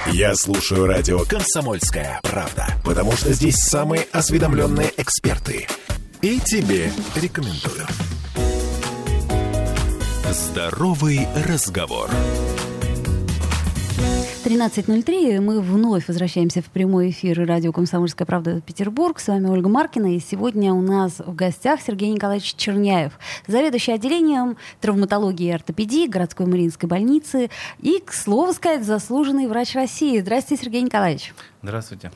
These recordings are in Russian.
Я слушаю радио «Комсомольская правда», потому что здесь самые осведомленные эксперты. И тебе рекомендую. Здоровый разговор. 13:03. Мы вновь возвращаемся в прямой эфир радио «Комсомольская правда» Петербург. С вами Ольга Маркина. И сегодня у нас в гостях Сергей Николаевич Черняев, заведующий отделением травматологии и ортопедии городской Мариинской больницы и, к слову сказать, заслуженный врач России. Здравствуйте, Сергей Николаевич. Здравствуйте.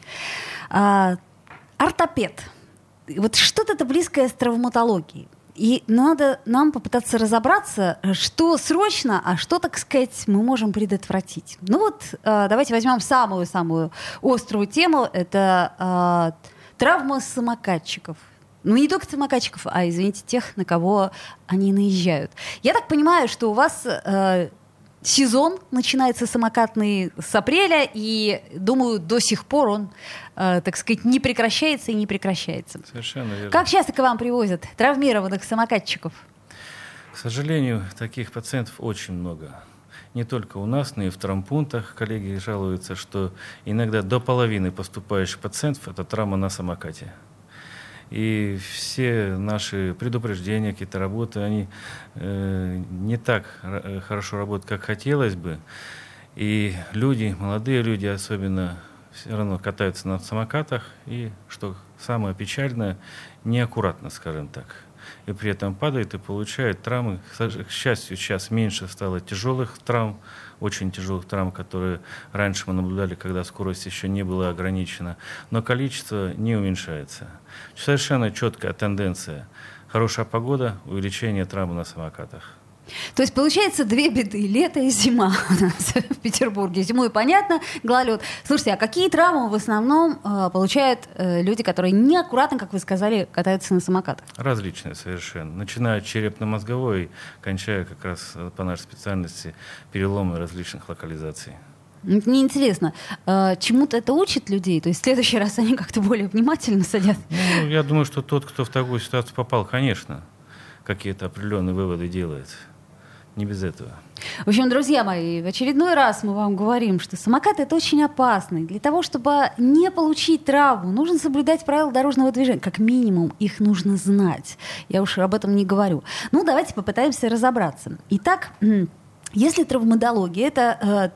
Ортопед. Вот что-то близкое с травматологией. И надо нам попытаться разобраться, что срочно, а что, так сказать, мы можем предотвратить. Ну вот, давайте возьмем самую-самую острую тему. Это травма самокатчиков. Ну, не только самокатчиков, а, извините, тех, на кого они наезжают. Я так понимаю, что у вас сезон начинается самокатный с апреля, и, думаю, до сих пор он, так сказать, не прекращается и не прекращается. Совершенно верно. Как часто к вам привозят травмированных самокатчиков? К сожалению, таких пациентов очень много. Не только у нас, но и в травмпунктах коллеги жалуются, что иногда до половины поступающих пациентов – это травма на самокате. И все наши предупреждения, какие-то работы, они не так хорошо работают, как хотелось бы. И люди, молодые люди особенно, все равно катаются на самокатах. И, что самое печальное, неаккуратно, скажем так. И при этом падают и получают травмы. К счастью, сейчас меньше стало тяжелых травм, очень тяжелых травм, которые раньше мы наблюдали, когда скорость еще не была ограничена. Но количество не уменьшается. Совершенно четкая тенденция. Хорошая погода, увеличение травм на самокатах. То есть, получается, две беды. Лето и зима у нас в Петербурге. Зимой, понятно, гололед. Слушайте, а какие травмы в основном получают люди, которые неаккуратно, как вы сказали, катаются на самокатах? Различные совершенно. Начиная от черепно-мозговой, кончая как раз по нашей специальности переломы различных локализаций. Мне интересно, чему-то это учит людей? То есть в следующий раз они как-то более внимательно садят? Ну, я думаю, что тот, кто в такую ситуацию попал, конечно, какие-то определенные выводы делает. Не без этого. В общем, друзья мои, в очередной раз мы вам говорим, что самокат — это очень опасно. Для того, чтобы не получить травму, нужно соблюдать правила дорожного движения. Как минимум, их нужно знать. Я уж об этом не говорю. Ну, давайте попытаемся разобраться. Итак, если травматология — это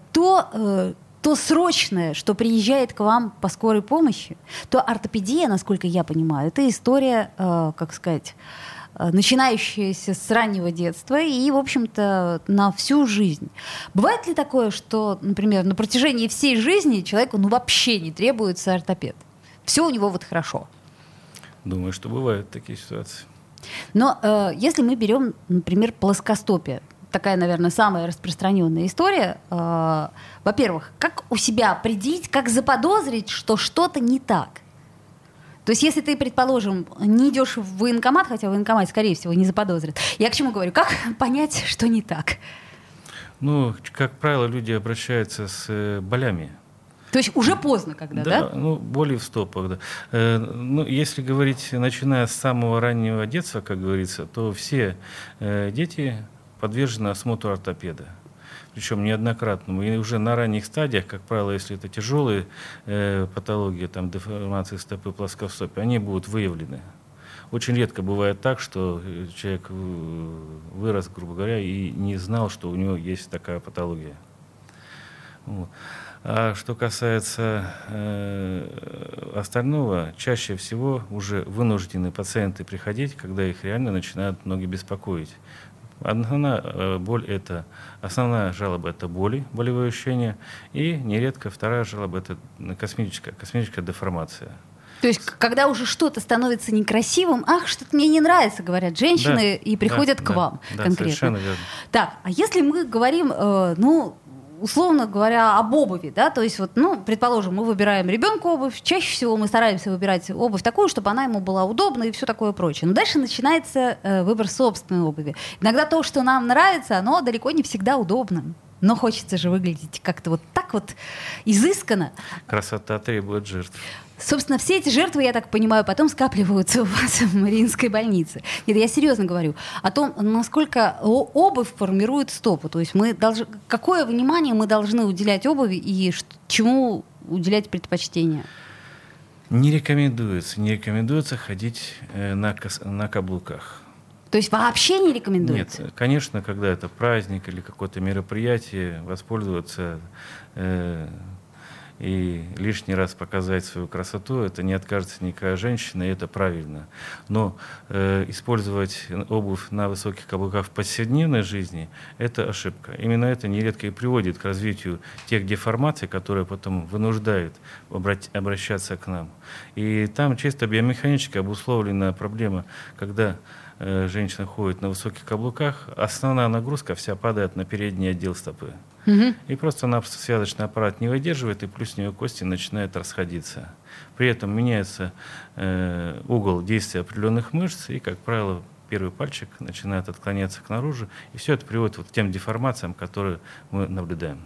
то срочное, что приезжает к вам по скорой помощи, то ортопедия, насколько я понимаю, это история, как сказать, начинающаяся с раннего детства и, в общем-то, на всю жизнь. Бывает ли такое, что, например, на протяжении всей жизни человеку вообще не требуется ортопед? Все у него вот хорошо. Думаю, что бывают такие ситуации. Но если мы берем, например, плоскостопие, такая, наверное, самая распространенная история. Во-первых, как у себя определить, как заподозрить, что что-то не так? То есть, если ты, предположим, не идешь в военкомат, хотя в военкомате, скорее всего, не заподозрят. Я к чему говорю? Как понять, что не так? Ну, как правило, люди обращаются с болями. То есть уже поздно, когда, да? Ну, боли в стопах, да. Ну, если говорить, начиная с самого раннего детства, как говорится, то все дети подвержены осмотру ортопеда. Причем неоднократному. И уже на ранних стадиях, как правило, если это тяжелые патологии, там, деформации стопы, плоскостопия, они будут выявлены. Очень редко бывает так, что человек вырос, грубо говоря, и не знал, что у него есть такая патология. Вот. А что касается остального, чаще всего уже вынуждены пациенты приходить, когда их реально начинают ноги беспокоить. Основная жалоба – это боли, болевые ощущения, и нередко вторая жалоба – это косметическая деформация. То есть, когда уже что-то становится некрасивым, что-то мне не нравится, говорят женщины, и приходят к вам конкретно. Совершенно верно. Так, а если мы говорим, условно говоря, об обуви, да, то есть, предположим, мы выбираем ребенку обувь, чаще всего мы стараемся выбирать обувь такую, чтобы она ему была удобна и все такое прочее. Но дальше начинается выбор собственной обуви. Иногда то, что нам нравится, оно далеко не всегда удобно. Но хочется же выглядеть как-то вот так вот изысканно. Красота требует жертв. Собственно, все эти жертвы, я так понимаю, потом скапливаются у вас в Мариинской больнице. Нет, я серьезно говорю о том, насколько обувь формирует стопу. То есть какое внимание мы должны уделять обуви и чему уделять предпочтение? Не рекомендуется ходить на каблуках. То есть вообще не рекомендуется? Нет, конечно, когда это праздник или какое-то мероприятие, воспользоваться и лишний раз показать свою красоту, это не откажется никакая женщина, и это правильно. Но использовать обувь на высоких каблуках в повседневной жизни – это ошибка. Именно это нередко и приводит к развитию тех деформаций, которые потом вынуждают обращаться к нам. И там чисто биомеханически обусловлена проблема, когда женщина ходит на высоких каблуках, основная нагрузка вся падает на передний отдел стопы. И просто-напросто связочный аппарат не выдерживает, и плюс с нее кости начинают расходиться. При этом меняется угол действия определенных мышц, и, как правило, первый пальчик начинает отклоняться к наружу, и все это приводит вот к тем деформациям, которые мы наблюдаем.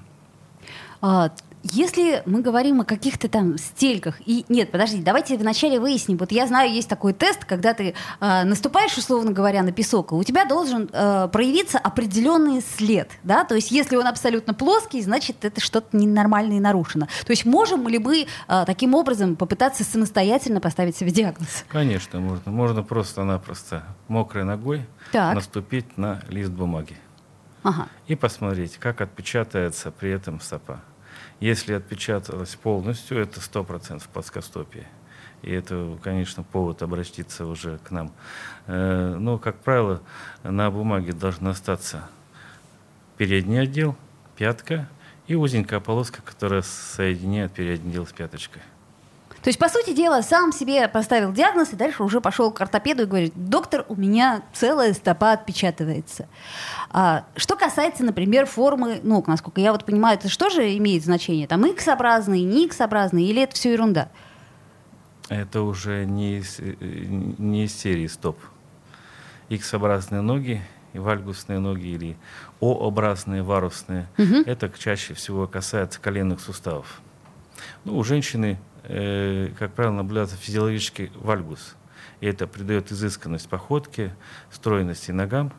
Если мы говорим о каких-то там стельках, нет, подожди, давайте вначале выясним. Вот я знаю, есть такой тест, когда ты наступаешь, условно говоря, на песок, и у тебя должен проявиться определенный след, да, то есть если он абсолютно плоский, значит, это что-то ненормальное и нарушено. То есть можем ли мы таким образом попытаться самостоятельно поставить себе диагноз? Конечно, можно. Можно просто-напросто мокрой ногой наступить на лист бумаги и посмотреть, как отпечатается при этом стопа. Если отпечаталось полностью, это 100% плоскостопие. И это, конечно, повод обратиться уже к нам. Но, как правило, на бумаге должен остаться передний отдел, пятка и узенькая полоска, которая соединяет передний отдел с пяточкой. То есть, по сути дела, сам себе поставил диагноз и дальше уже пошел к ортопеду и говорит: доктор, у меня целая стопа отпечатывается. Что касается, например, формы ног, насколько я вот понимаю, это что же имеет значение? Там X-образный, не X-образный, или это все ерунда? Это уже не из серии стоп. X-образные ноги, вальгусные ноги или О-образные, варусные, это чаще всего касается коленных суставов. У женщины, как правило, наблюдается физиологический вальгус. И это придает изысканность походке, стройности ногам.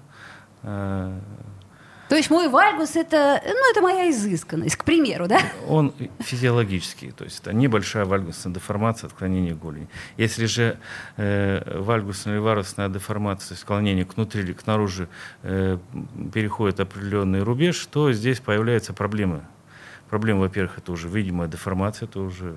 То есть мой вальгус это моя изысканность, к примеру, да? Он физиологический, то есть это небольшая вальгусная деформация, отклонение голени. Если же вальгусная или варусная деформация, то есть склонение к внутри или к наружу, переходит определенный рубеж, то здесь появляются проблемы. Проблема, во-первых, это уже видимая деформация, это уже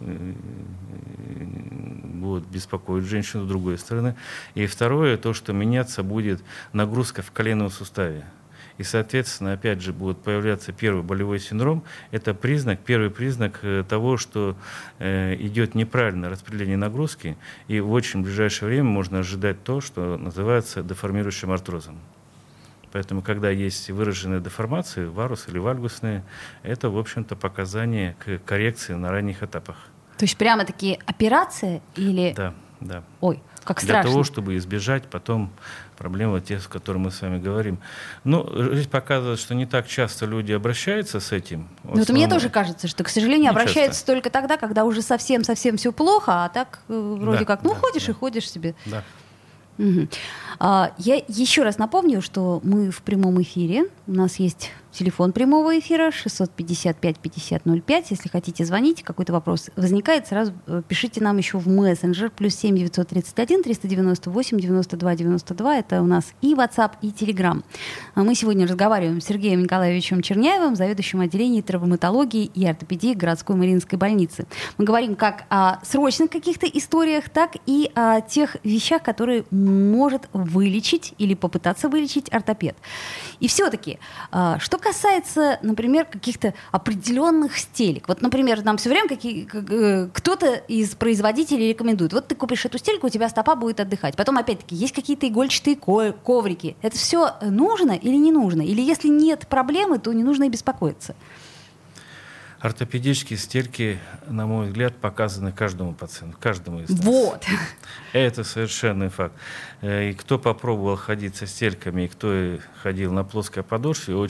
будет беспокоить женщину с другой стороны. И второе, то, что меняться будет нагрузка в коленном суставе. И, соответственно, опять же, будет появляться первый болевой синдром. Это первый признак того, что идет неправильное распределение нагрузки. И в очень ближайшее время можно ожидать то, что называется деформирующим артрозом. Поэтому, когда есть выраженные деформации, варус или вальгусные, это, в общем-то, показание к коррекции на ранних этапах. То есть прямо-таки операция или... Да. Ой, как страшно. Для того, чтобы избежать потом проблемы, те, с которыми мы с вами говорим. Жизнь показывает, что не так часто люди обращаются с этим. Вот мне тоже кажется, что, к сожалению, обращаются только тогда, когда уже совсем-совсем все плохо, а так вроде ходишь и ходишь себе. Да. Угу. Я еще раз напомню, что мы в прямом эфире. У нас есть телефон прямого эфира 655-5005. Если хотите звонить, какой-то вопрос возникает, сразу пишите нам еще в мессенджер +7 931 398 92 92. Это у нас и WhatsApp, и Telegram. Мы сегодня разговариваем с Сергеем Николаевичем Черняевым, заведующим отделением травматологии и ортопедии городской Мариинской больницы. Мы говорим как о срочных каких-то историях, так и о тех вещах, которые может вылечить или попытаться вылечить ортопед. И все-таки, что касается, например, каких-то определенных стелек. Вот, например, нам все время кто-то из производителей рекомендует: вот ты купишь эту стельку, у тебя стопа будет отдыхать. Потом, опять-таки, есть какие-то игольчатые коврики. Это все нужно или не нужно? Или если нет проблемы, то не нужно и беспокоиться? Ортопедические стельки, на мой взгляд, показаны каждому пациенту, каждому из нас. Вот. Это совершенный факт. И кто попробовал ходить со стельками, и кто ходил на плоской подошве, очень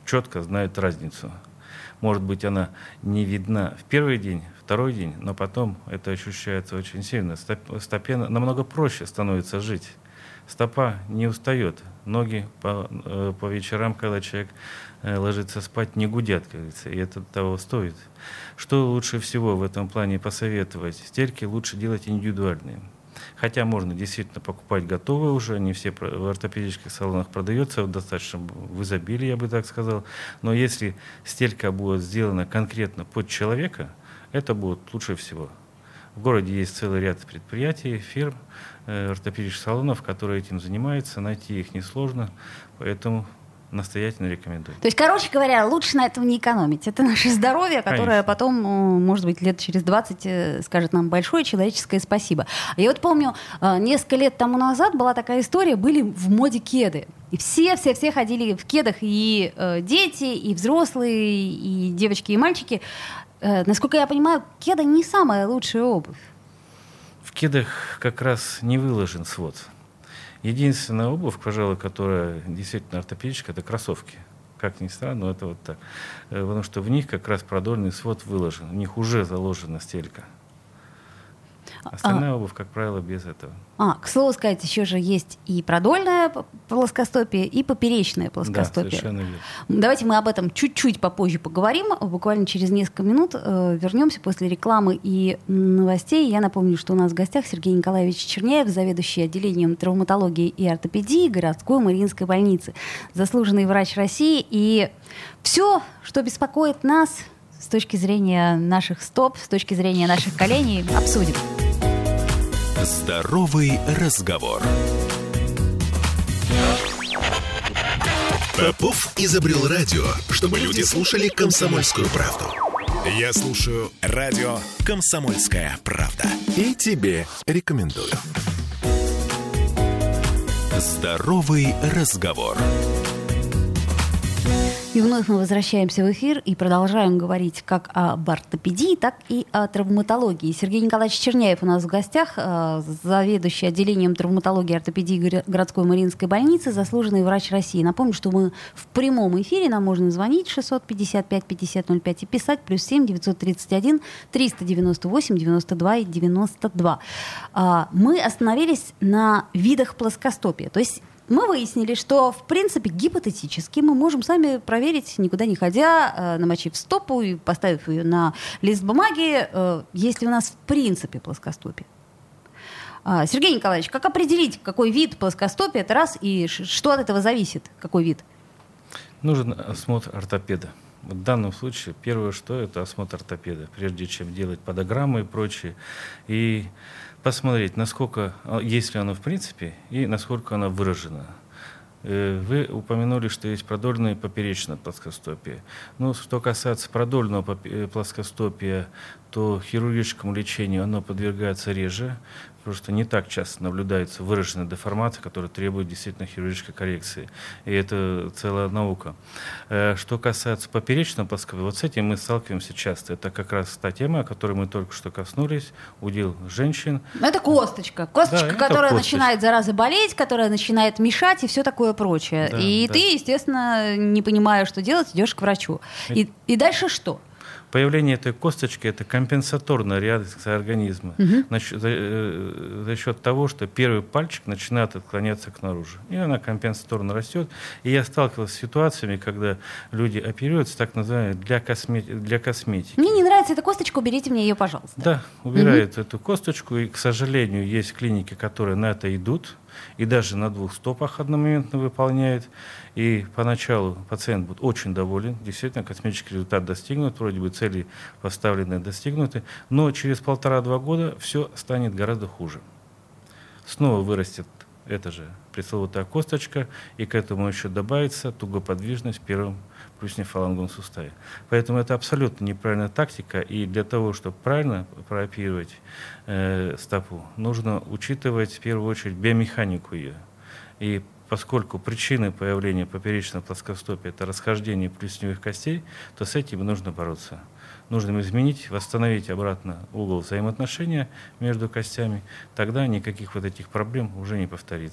четко знают разницу. Может быть, она не видна в первый день, второй день, но потом это ощущается очень сильно. Стопе намного проще становится жить. Стопа не устает. Ноги по вечерам, когда человек ложится спать, не гудят, как говорится, и это того стоит. Что лучше всего в этом плане посоветовать? Стельки лучше делать индивидуальные. Хотя можно действительно покупать готовые уже, не все в ортопедических салонах продается достаточно в изобилии, я бы так сказал. Но если стелька будет сделана конкретно под человека, это будет лучше всего. В городе есть целый ряд предприятий, фирм, ортопедических салонов, которые этим занимаются. Найти их несложно, поэтому настоятельно рекомендую. То есть, короче говоря, лучше на этом не экономить. Это наше здоровье, которое потом, может быть, лет через 20 скажет нам большое человеческое спасибо. Я вот помню, несколько лет тому назад была такая история, были в моде кеды. И все ходили в кедах, и дети, и взрослые, и девочки, и мальчики. Насколько я понимаю, кеды не самая лучшая обувь. В кедах как раз не выложен свод. Единственная обувь, пожалуй, которая действительно ортопедическая, это кроссовки. Как ни странно, но это вот так. Потому что в них как раз продольный свод выложен. В них уже заложена стелька. Остальная обувь, как правило, без этого. К слову сказать, еще же есть и продольное плоскостопие, и поперечное плоскостопие. Да, совершенно верно. Давайте мы об этом чуть-чуть попозже поговорим. Буквально через несколько минут вернемся после рекламы и новостей. Я напомню, что у нас в гостях Сергей Николаевич Черняев, заведующий отделением травматологии и ортопедии городской Мариинской больницы, заслуженный врач России. И все, что беспокоит нас с точки зрения наших стоп, с точки зрения наших коленей, обсудим. Здоровый разговор. Попов изобрел радио, чтобы люди слушали «Комсомольскую правду». Я слушаю радио «Комсомольская правда». И тебе рекомендую. Здоровый разговор. И вновь мы возвращаемся в эфир и продолжаем говорить как об ортопедии, так и о травматологии. Сергей Николаевич Черняев у нас в гостях, заведующий отделением травматологии и ортопедии городской Мариинской больницы, заслуженный врач России. Напомню, что мы в прямом эфире, нам можно звонить 655-5005 и писать +7 931 398 92 и 92. Мы остановились на видах плоскостопия, то есть мы выяснили, что, в принципе, гипотетически мы можем сами проверить, никуда не ходя, намочив стопу и поставив ее на лист бумаги, если у нас в принципе плоскостопие. Сергей Николаевич, как определить, какой вид плоскостопия, это раз, и что от этого зависит, какой вид? Нужен осмотр ортопеда. В данном случае первое, что это осмотр ортопеда, прежде чем делать подограммы и прочее. И посмотреть, насколько, есть ли оно в принципе, и насколько оно выражено. Вы упомянули, что есть продольное и поперечное плоскостопие. Но что касается продольного плоскостопия, то хирургическому лечению оно подвергается реже, потому что не так часто наблюдаются выраженные деформации, которые требуют действительно хирургической коррекции. И это целая наука. Что касается поперечного плоскостопия, вот с этим мы сталкиваемся часто. Это как раз та тема, о которой мы только что коснулись, удел женщин. Это косточка. Косточка, да, которая начинает, зараза, болеть, которая начинает мешать и все такое прочее. Да, и ты, естественно, не понимая, что делать, идешь к врачу. И дальше что? Появление этой косточки – это компенсаторная реакция организма за счет того, что первый пальчик начинает отклоняться к наружу. И она компенсаторно растет. И я сталкивался с ситуациями, когда люди оперируются, так называемые, для косметики. Мне не нравится эта косточка, уберите мне ее, пожалуйста. Да, убирают эту косточку. И, к сожалению, есть клиники, которые на это идут. И даже на 2 стопах одномоментно выполняют. И поначалу пациент будет очень доволен. Действительно, косметический результат достигнут, вроде бы цели поставленные достигнуты. Но через 1,5-2 года все станет гораздо хуже. Снова вырастет эта же пресловутая косточка, и к этому еще добавится тугоподвижность в первом плюснефаланговом суставе. Поэтому это абсолютно неправильная тактика, и для того, чтобы правильно прооперировать стопу, нужно учитывать в первую очередь биомеханику ее. И поскольку причиной появления поперечного плоскостопия – это расхождение плюсневых костей, то с этим нужно бороться. Нужно изменить, восстановить обратно угол взаимоотношения между костями, тогда никаких вот этих проблем уже не повторится.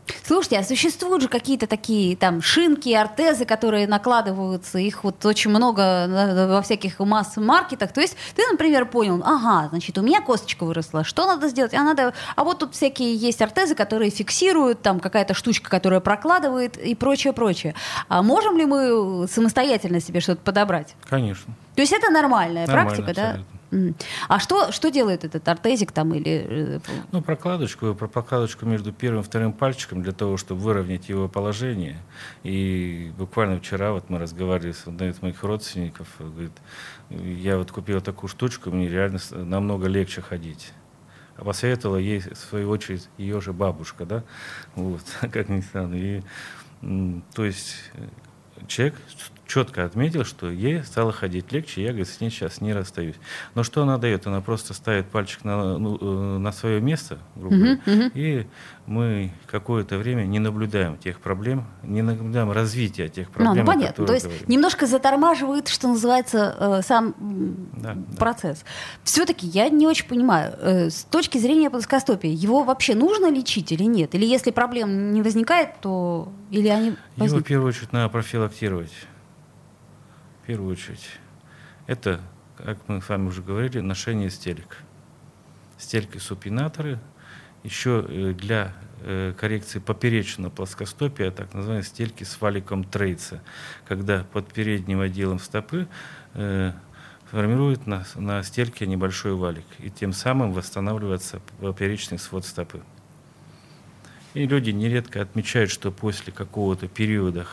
Слушайте, а существуют же какие-то такие там шинки, ортезы, которые накладываются, их вот очень много во всяких масс-маркетах. То есть ты, например, понял, ага, значит, у меня косточка выросла, что надо сделать? А вот тут всякие есть ортезы, которые фиксируют, там какая-то штучка, которая прокладывает и прочее. А можем ли мы самостоятельно себе что-то подобрать? Конечно. То есть это нормальная практика, абсолютно. Да? А что делает этот ортезик там или... прокладочку между первым и вторым пальчиком для того, чтобы выровнять его положение. И буквально вчера вот мы разговаривали с одной из моих родственников, говорит, я вот купил такую штучку, мне реально намного легче ходить. А посоветовала ей, в свою очередь, ее же бабушка, да, вот, как ни странно. И, то есть человек четко отметил, что ей стало ходить легче, я, говорит, с ней сейчас не расстаюсь. Но что она дает? Она просто ставит пальчик на свое место, грубо говоря, и мы какое-то время не наблюдаем тех проблем, не наблюдаем развития тех проблем, понятно. То есть говорим. немножко затормаживает, что называется, сам процесс. Все-таки я не очень понимаю, с точки зрения плоскостопия, его вообще нужно лечить или нет? Или если проблем не возникает, то... Или они возникнут? Его в первую очередь надо профилактировать. В первую очередь. Это, как мы с вами уже говорили, ношение стелек. Стельки супинаторы. Еще для коррекции поперечного плоскостопия, так называемые стельки с валиком Трейца, когда под передним отделом стопы формирует на стельке небольшой валик, и тем самым восстанавливается поперечный свод стопы. И люди нередко отмечают, что после какого-то периода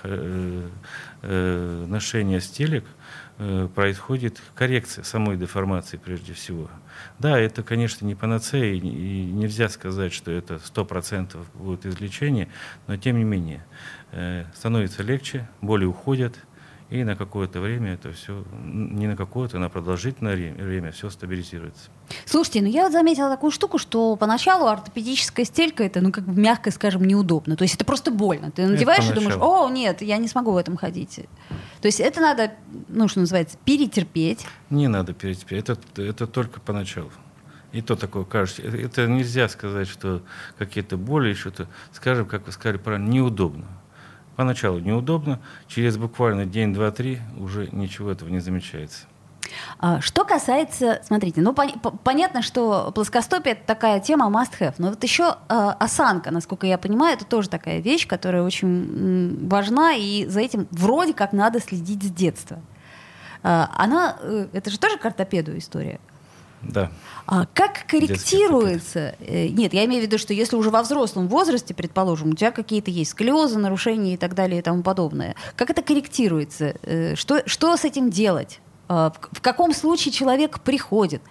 ношения стелек происходит коррекция самой деформации прежде всего. Да, это, конечно, не панацея, и нельзя сказать, что это 100% будет излечение, но тем не менее становится легче, боли уходят, и на какое-то время это все, не на какое-то, на продолжительное время все стабилизируется. Слушайте, я вот заметила такую штуку, что поначалу ортопедическая стелька, это, мягко скажем, неудобно. То есть это просто больно. Ты надеваешь и думаешь, о, нет, я не смогу в этом ходить. То есть это надо, что называется, перетерпеть. Не надо перетерпеть. Это только поначалу. И то такое кажется. Это нельзя сказать, что какие-то боли, что-то, скажем, как вы сказали правильно, неудобно. Поначалу неудобно, через буквально день, два, три уже ничего этого не замечается. Что касается, смотрите, понятно, что плоскостопие — это такая тема must-have, но вот еще осанка, насколько я понимаю, это тоже такая вещь, которая очень важна, и за этим вроде как надо следить с детства. Это же тоже к ортопеду история? Да. Как корректируется? Нет, я имею в виду, что если уже во взрослом возрасте, предположим, у тебя какие-то есть сколиозы, нарушения и так далее и тому подобное, как это корректируется? Что с этим делать? В каком случае человек приходит?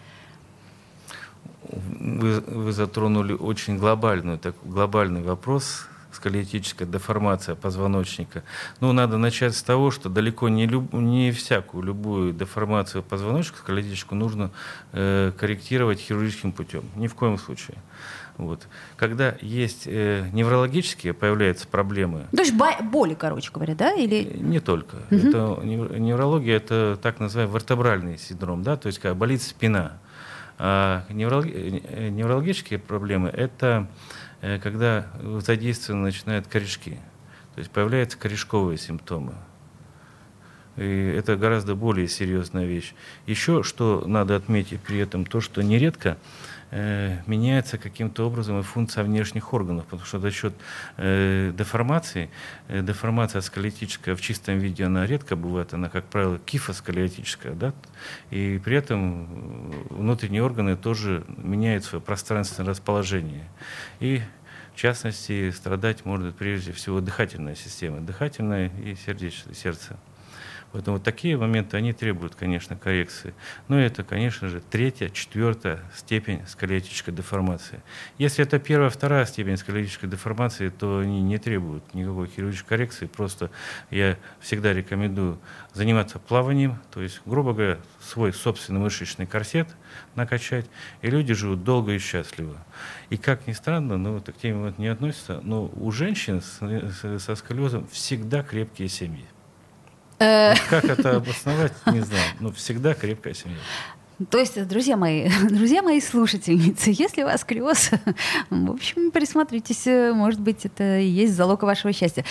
Вы затронули очень глобальный вопрос. Сколиотическая деформация позвоночника. Надо начать с того, что далеко не любую деформацию позвоночника, сколиотическую, нужно корректировать хирургическим путем. Ни в коем случае. Вот. Когда есть неврологические появляются проблемы... То есть боли, короче говоря, да? Или... Не только. Это, неврология — это так называемый вертебральный синдром, да? То есть когда болит спина. А неврологические проблемы — это когда задействованы начинают корешки. То есть появляются корешковые симптомы. И это гораздо более серьезная вещь. Еще что надо отметить при этом, то, что нередко меняется каким-то образом и функция внешних органов, потому что за счет деформация сколиотическая в чистом виде, она редко бывает, она, как правило, кифосколиотическая, да? И при этом внутренние органы тоже меняют свое пространственное расположение. И, в частности, страдать может прежде всего дыхательная система, дыхательная и сердце. Поэтому вот такие моменты, они требуют, конечно, коррекции. Но это, конечно же, 3-я, 4-я степень сколиотической деформации. Если это 1-я, 2-я степень сколиотической деформации, то они не требуют никакой хирургической коррекции. Просто я всегда рекомендую заниматься плаванием, то есть, грубо говоря, свой собственный мышечный корсет накачать, и люди живут долго и счастливо. И как ни странно, это к теме не относится, но у женщин со сколиозом всегда крепкие семьи. Как это обосновать, не знаю. Но всегда крепкая семья. То есть, друзья мои слушательницы, если у вас сколиоз, в общем, присмотритесь, может быть, это и есть залог вашего счастья.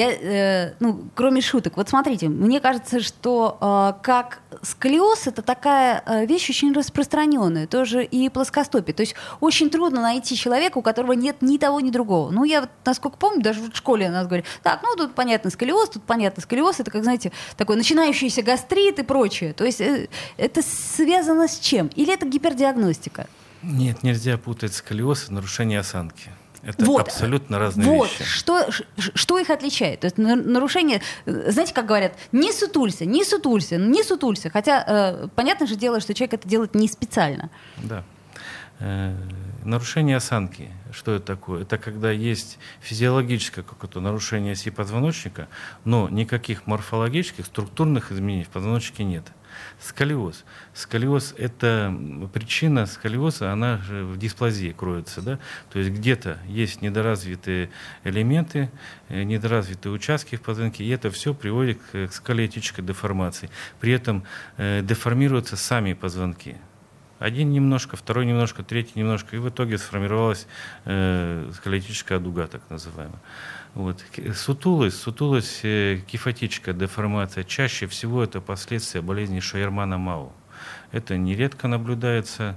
Кроме шуток, вот смотрите, мне кажется, что как сколиоз — это такая вещь очень распространенная, тоже и плоскостопие. То есть очень трудно найти человека, у которого нет ни того, ни другого. Ну, я вот, насколько помню, даже в школе нас говорили, так, ну, тут понятно сколиоз, это как, знаете, такой начинающийся гастрит и прочее. То есть это связано с чем? Или это гипердиагностика? Нет, нельзя путать сколиоз и нарушение осанки. Это абсолютно разные вещи. Что их отличает? То есть нарушение, знаете, как говорят, не сутулься. Хотя понятно же дело, что человек это делает не специально. Да. Нарушение осанки. Что это такое? Это когда есть физиологическое какое-то нарушение оси позвоночника, но никаких морфологических, структурных изменений в позвоночнике нет. Сколиоз. Сколиоз — это причина сколиоза, она же в дисплазии кроется, да? То есть где-то есть недоразвитые элементы, недоразвитые участки в позвонке, и это все приводит к сколиотической деформации. При этом деформируются сами позвонки. Один немножко, второй немножко, третий немножко, и в итоге сформировалась сколиотическая дуга, так называемая. Вот. Сутулость, кифотическая деформация, чаще всего это последствия болезни Шойермана-Мау. Это нередко наблюдается.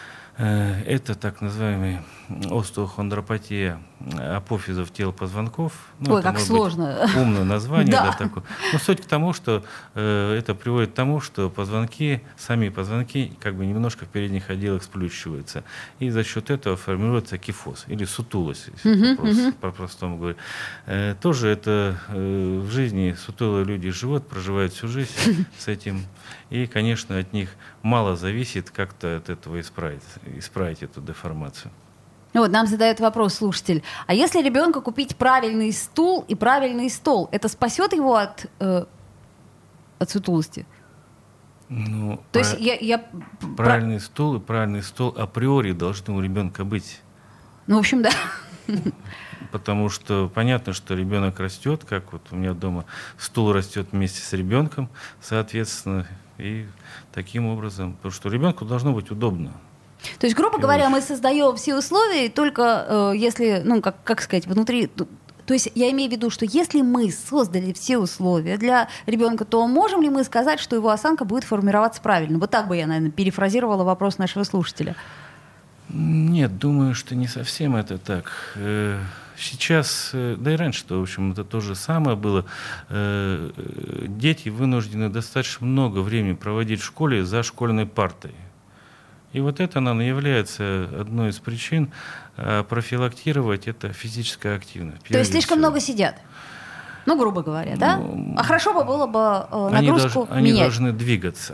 Это так называемая остеохондропатия апофизов тел позвонков. Ой, как сложно. Умное название. Да. Да, такое. Но суть к тому, что это приводит к тому, что сами позвонки как бы немножко в передних отделах сплющиваются. И за счет этого формируется кифоз или сутулость, если по-простому говоря. Тоже это в жизни сутулые люди живут, проживают всю жизнь с этим. И, конечно, от них мало зависит как-то от этого исправить эту деформацию. Вот нам задает вопрос слушатель. А если ребенку купить правильный стул и правильный стол, это спасет его от сутулости? Ну, то есть правильный стул и правильный стол априори должны у ребенка быть. Ну, в общем, да. Потому что понятно, что ребенок растет, как вот у меня дома стул растет вместе с ребенком, соответственно, и таким образом, потому что ребенку должно быть удобно. То есть, грубо говоря, мы создаем все условия, только если, как сказать, внутри... То есть я имею в виду, что если мы создали все условия для ребенка, то можем ли мы сказать, что его осанка будет формироваться правильно? Вот так бы я, наверное, перефразировала вопрос нашего слушателя. Нет, думаю, что не совсем это так. Сейчас, да и раньше, в общем, это то же самое было. Дети вынуждены достаточно много времени проводить в школе за школьной партой. И вот это, наверное, является одной из причин профилактировать это физическая активность. То есть слишком много сидят? Ну, грубо говоря, да? А хорошо бы было бы нагрузку менять. Они должны двигаться.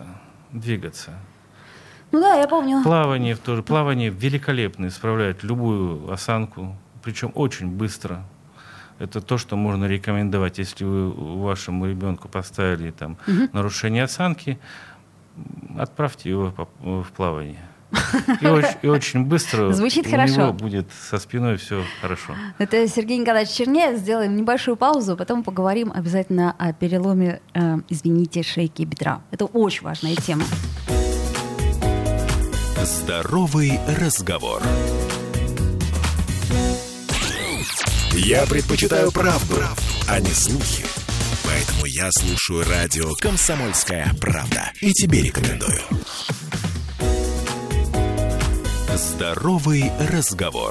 Ну да, я помню. Плавание великолепно исправляет любую осанку, причем очень быстро. Это то, что можно рекомендовать, если вы вашему ребенку поставили там нарушение осанки, отправьте его в плавание. И очень быстро Звучит у хорошо. него будет со спиной все хорошо. Это Сергей Николаевич Черняев. Сделаем небольшую паузу, потом поговорим обязательно о переломе, шейки бедра. Это очень важная тема. Здоровый разговор. Я предпочитаю правду, а не слухи. Поэтому я слушаю радио «Комсомольская правда». И тебе рекомендую. Здоровый разговор.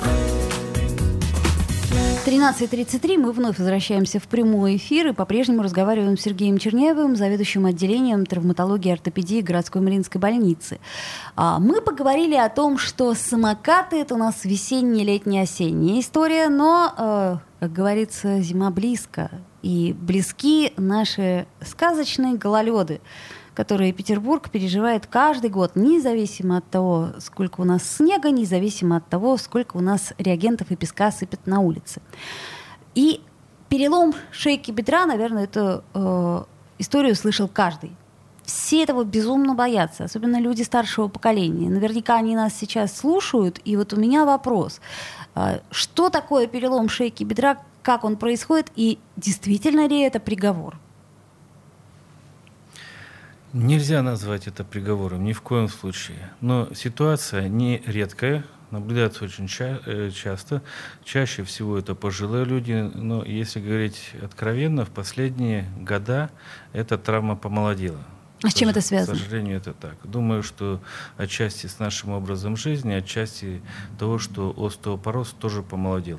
13:33. Мы вновь возвращаемся в прямой эфир и по-прежнему разговариваем с Сергеем Черняевым, заведующим отделением травматологии и ортопедии городской Мариинской больницы. Мы поговорили о том, что самокаты — это у нас весенняя, летняя, осенняя история, но, как говорится, зима близко. И близки наши сказочные гололеды, которые Петербург переживает каждый год, независимо от того, сколько у нас снега, независимо от того, сколько у нас реагентов и песка сыпят на улице. И перелом шейки бедра, наверное, эту историю слышал каждый. Все этого безумно боятся, особенно люди старшего поколения. Наверняка они нас сейчас слушают, и вот у меня вопрос. Что такое перелом шейки бедра, как он происходит, и действительно ли это приговор? Нельзя назвать это приговором, ни в коем случае. Но ситуация не редкая, наблюдается очень часто. Чаще всего это пожилые люди, но если говорить откровенно, в последние года эта травма помолодела. А с чем это связано? К сожалению, это так. Думаю, что отчасти с нашим образом жизни, отчасти того, что остеопороз тоже помолодел,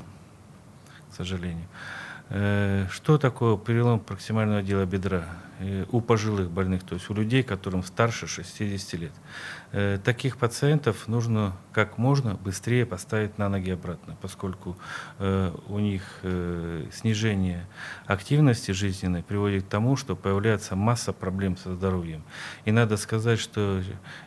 к сожалению. Что такое перелом проксимального отдела бедра у пожилых больных, то есть у людей, которым старше 60 лет? Таких пациентов нужно как можно быстрее поставить на ноги обратно, поскольку у них снижение активности жизненной приводит к тому, что появляется масса проблем со здоровьем. И надо сказать, что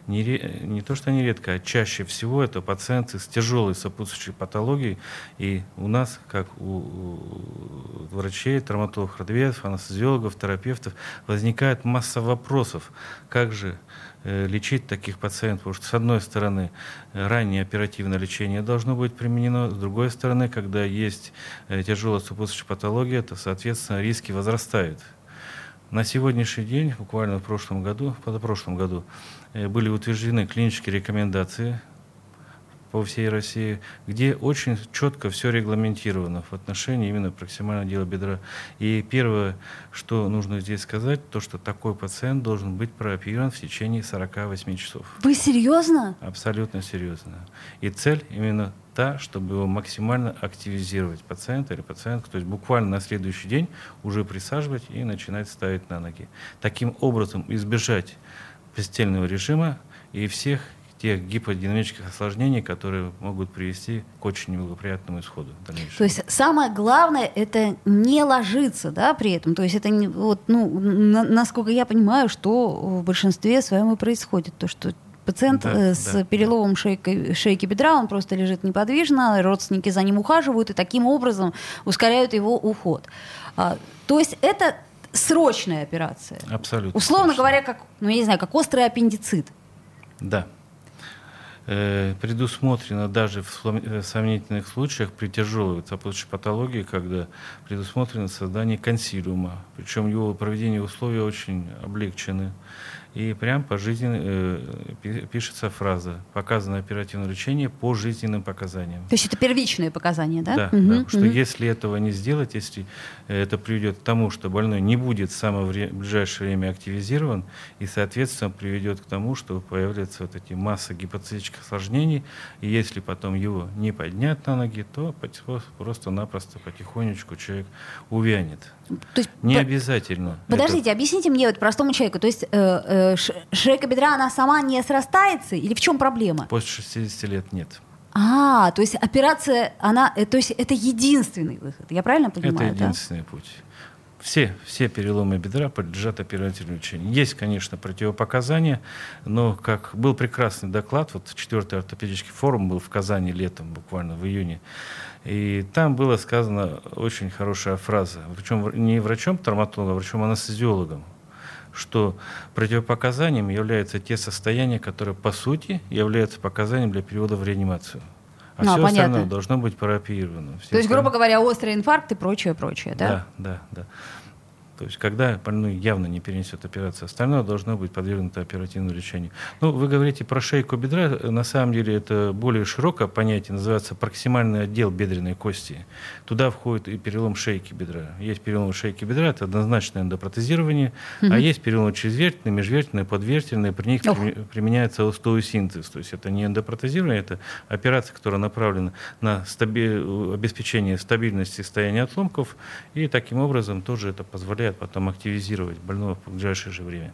не то что нередко, а чаще всего это пациенты с тяжелой сопутствующей патологией. И у нас, как у врачей, травматологов, радиологов, анестезиологов, терапевтов, возникает масса вопросов, как же лечить таких пациентов, потому что, с одной стороны, раннее оперативное лечение должно быть применено, с другой стороны, когда есть тяжелая сопутствующая патология, то, соответственно, риски возрастают. На сегодняшний день, буквально позапрошлом году, были утверждены клинические рекомендации по всей России, где очень четко все регламентировано в отношении именно проксимального отдела бедра. И первое, что нужно здесь сказать, то, что такой пациент должен быть прооперирован в течение 48 часов. Вы серьезно? Абсолютно серьезно. И цель именно та, чтобы его максимально активизировать пациента или пациентку, то есть буквально на следующий день уже присаживать и начинать ставить на ноги. Таким образом избежать постельного режима и всех тех гиподинамических осложнений, которые могут привести к очень неблагоприятному исходу в дальнейшем. То есть самое главное — это не ложиться, да, при этом. То есть это не, вот, насколько я понимаю, что в большинстве своем и происходит. То, что пациент с переломом шейки бедра, он просто лежит неподвижно, родственники за ним ухаживают и таким образом ускоряют его уход. То есть это срочная операция. Абсолютно. Условно говоря, как, я не знаю, как острый аппендицит. Да. Предусмотрено даже в сомнительных случаях при тяжелой сопутствующей патологии, когда предусмотрено создание консилиума, причем его проведение условия очень облегчены. И прям по жизни пишется фраза: показано оперативное лечение по жизненным показаниям. То есть это первичные показания, да? Да, да. Что если этого не сделать, если это приведет к тому, что больной не будет в самое ближайшее время активизирован, и, соответственно, приведет к тому, что появляются вот эти масса гипоцистических осложнений, и если потом его не поднять на ноги, то просто-напросто потихонечку человек увянет. То есть, не обязательно. Подождите, объясните мне, вот простому человеку, то есть шейка бедра, она сама не срастается, или в чем проблема? После 60 лет нет. То есть операция, то есть это единственный выход, я правильно понимаю? Это единственный путь. Все переломы бедра подлежат оперативному лечению. Есть, конечно, противопоказания, но как был прекрасный доклад, вот 4-й ортопедический форум был в Казани летом, буквально в июне, и там была сказана очень хорошая фраза, причем не врачом-травматологом, а врачом-анестезиологом, что противопоказанием являются те состояния, которые, по сути, являются показанием для перевода в реанимацию. А все остальное должно быть прооперировано. То есть, грубо говоря, острый инфаркт и прочее, да? Да. То есть, когда больной явно не перенесет операцию, остальное должно быть подвергнуто оперативному лечению. Вы говорите про шейку бедра. На самом деле это более широкое понятие, называется проксимальный отдел бедренной кости. Туда входит и перелом шейки бедра. Есть перелом шейки бедра, это однозначное эндопротезирование, а есть перелом чрезвертельный, межвертельный, подвертельный. При них применяется остеосинтез. То есть это не эндопротезирование, это операция, которая направлена на обеспечение стабильности состояния отломков, и таким образом тоже это позволяет потом активизировать больного в ближайшее же время.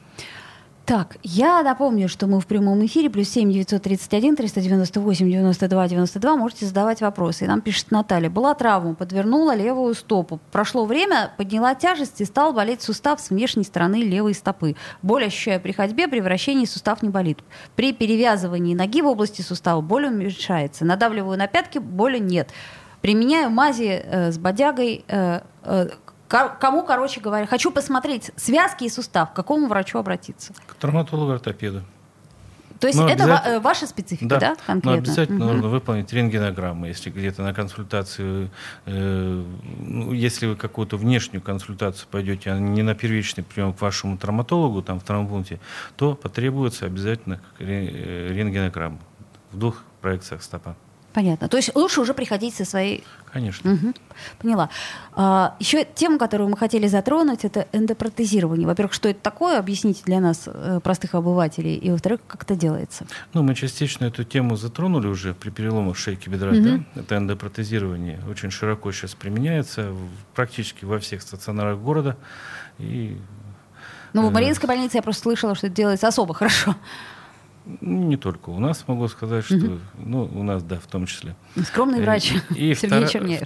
Так, я напомню, что мы в прямом эфире, +7 931 398 92 92, можете задавать вопросы. И нам пишет Наталья: была травма, подвернула левую стопу. Прошло время, подняла тяжесть и стал болеть сустав с внешней стороны левой стопы. Боль ощущаю при ходьбе, при вращении сустав не болит. При перевязывании ноги в области сустава боль уменьшается. Надавливаю на пятки, боли нет. Применяю мази с бодягой. Кому, короче говоря, хочу посмотреть связки и сустав, к какому врачу обратиться? К травматологу-ортопеду. То есть это ваша специфика, да, конкретно? Но обязательно нужно выполнить рентгенограмму, если где-то на консультацию, если вы какую-то внешнюю консультацию пойдете, а не на первичный прием к вашему травматологу, там в травмпункте, то потребуется обязательно рентгенограмма в 2 проекциях стопа. Понятно. То есть лучше уже приходить со своей... Конечно. Угу. Поняла. Еще тему, которую мы хотели затронуть, это эндопротезирование. Во-первых, что это такое? Объясните для нас, простых обывателей. И, во-вторых, как это делается? Мы частично эту тему затронули уже при переломах шейки бедра. Да? Это эндопротезирование очень широко сейчас применяется практически во всех стационарах города. И, в Мариинской больнице я просто слышала, что это делается особо хорошо. Не только у нас, могу сказать, что у нас, да, в том числе. Скромный врач Сергей Черняев.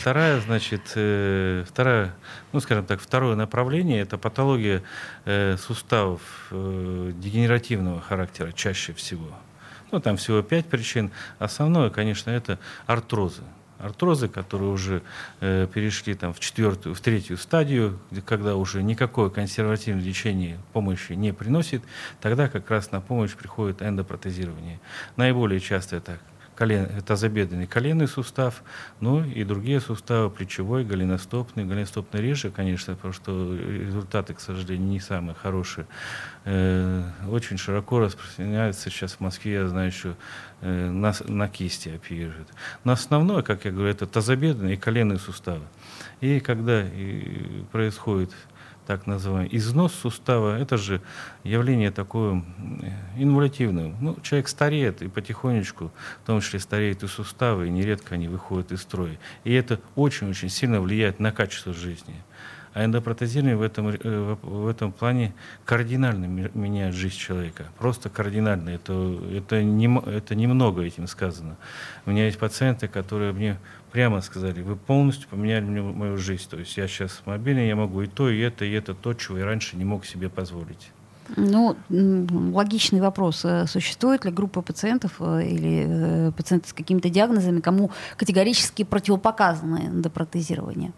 Второе направление — это патология суставов дегенеративного характера чаще всего. Там всего 5 причин. Основное, конечно, это артрозы. Артрозы, которые уже перешли в 3-ю стадию, когда уже никакое консервативное лечение помощи не приносит, тогда как раз на помощь приходит эндопротезирование. Наиболее часто это тазобедренный коленный сустав, и другие суставы, плечевой, голеностопный. Голеностопный реже, конечно, потому что результаты, к сожалению, не самые хорошие. Очень широко распространяется сейчас в Москве, я знаю, еще на кисти оперируют. Но основное, как я говорю, это тазобедренные и коленные суставы. И когда происходит так называемый износ сустава, это же явление такое инволютивное. Человек стареет, и потихонечку, в том числе, стареют и суставы, и нередко они выходят из строя. И это очень-очень сильно влияет на качество жизни. А эндопротезирование в этом плане кардинально меняет жизнь человека. Просто кардинально. Это немного этим сказано. У меня есть пациенты, которые мне прямо сказали: вы полностью поменяли мою жизнь. То есть я сейчас мобильный, я могу и это, то, чего я раньше не мог себе позволить. Логичный вопрос. Существует ли группа пациентов или пациенты с какими-то диагнозами, кому категорически противопоказано эндопротезирование?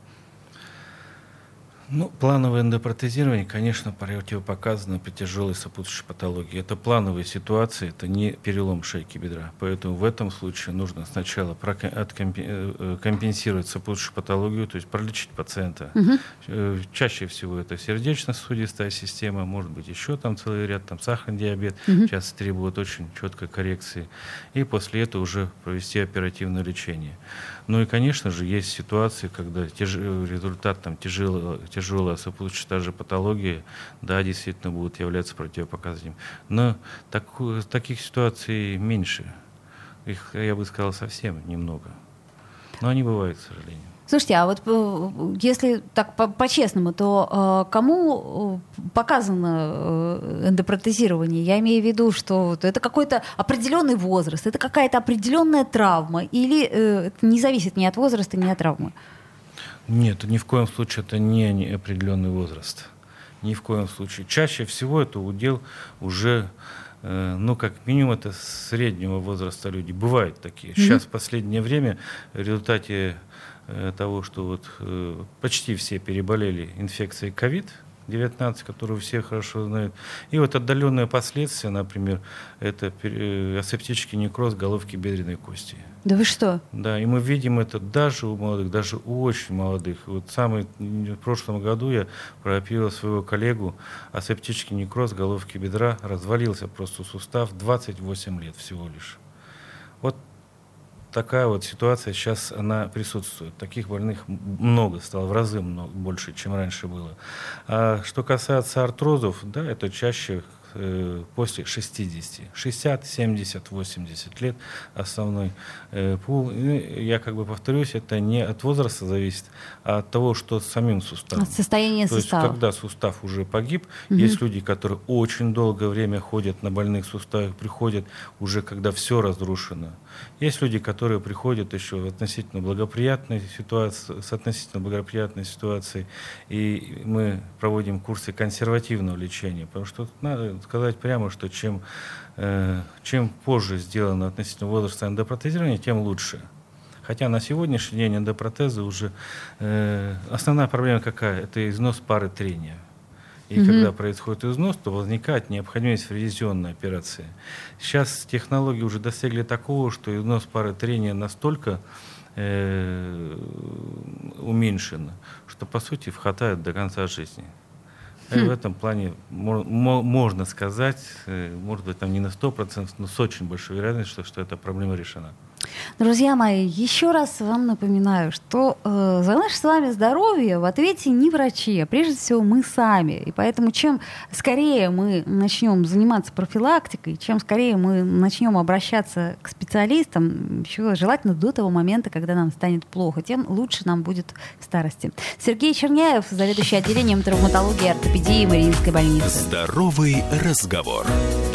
Плановое эндопротезирование, конечно, противопоказано при тяжелой сопутствующей патологии. Это плановые ситуации, это не перелом шейки бедра. Поэтому в этом случае нужно сначала компенсировать сопутствующую патологию, то есть пролечить пациента. Чаще всего это сердечно-сосудистая система, может быть еще целый ряд, сахарный диабет, сейчас требует очень четкой коррекции. И после этого уже провести оперативное лечение. И, конечно же, есть ситуации, когда результат тяжелая сопутствующая та же патология, да, действительно будут являться противопоказанием. Но таких ситуаций меньше. Их, я бы сказал, совсем немного. Но они бывают, к сожалению. Слушайте, а если так по-честному, то кому показано эндопротезирование? Я имею в виду, что это какой-то определенный возраст, это какая-то определенная травма, или это не зависит ни от возраста, ни от травмы? Нет, ни в коем случае это не определенный возраст. Ни в коем случае. Чаще всего это удел уже, как минимум, это среднего возраста люди. Бывают такие. Сейчас в последнее время в результате того, что почти все переболели инфекцией COVID-19, которую все хорошо знают. И отдаленные последствия, например, это асептический некроз головки бедренной кости. Да вы что? Да, и мы видим это даже у молодых, даже у очень молодых. В прошлом году я прооперировал своего коллегу, асептический некроз головки бедра, развалился просто сустав, 28 лет всего лишь. Такая ситуация сейчас, она присутствует. Таких больных много стало, в разы больше, чем раньше было. А что касается артрозов, да, это чаще после 60, 60, 70, 80 лет основной пул. Я повторюсь, это не от возраста зависит, а от того, что с самим суставом. От состояния сустава. То есть, когда сустав уже погиб, есть люди, которые очень долгое время ходят на больных суставах, приходят уже, когда все разрушено. Есть люди, которые приходят еще в относительно благоприятной ситуации, с относительно благоприятной ситуацией, и мы проводим курсы консервативного лечения, потому что надо сказать прямо, что чем позже сделано относительно возраста эндопротезирования, тем лучше. Хотя на сегодняшний день эндопротезы уже... основная проблема какая? Это износ пары трения. И когда происходит износ, то возникает необходимость в ревизионной операции. Сейчас технологии уже достигли такого, что износ пары трения настолько уменьшен, что, по сути, хватает до конца жизни. И в этом плане можно сказать, может быть, там не на 100%, но с очень большой вероятностью, что эта проблема решена. Друзья мои, еще раз вам напоминаю, что за наше с вами здоровье в ответе не врачи, а прежде всего мы сами. И поэтому чем скорее мы начнем заниматься профилактикой, чем скорее мы начнем обращаться к специалистам, еще желательно до того момента, когда нам станет плохо, тем лучше нам будет в старости. Сергей Черняев, заведующий отделением травматологии и ортопедии Мариинской больницы. Здоровый разговор.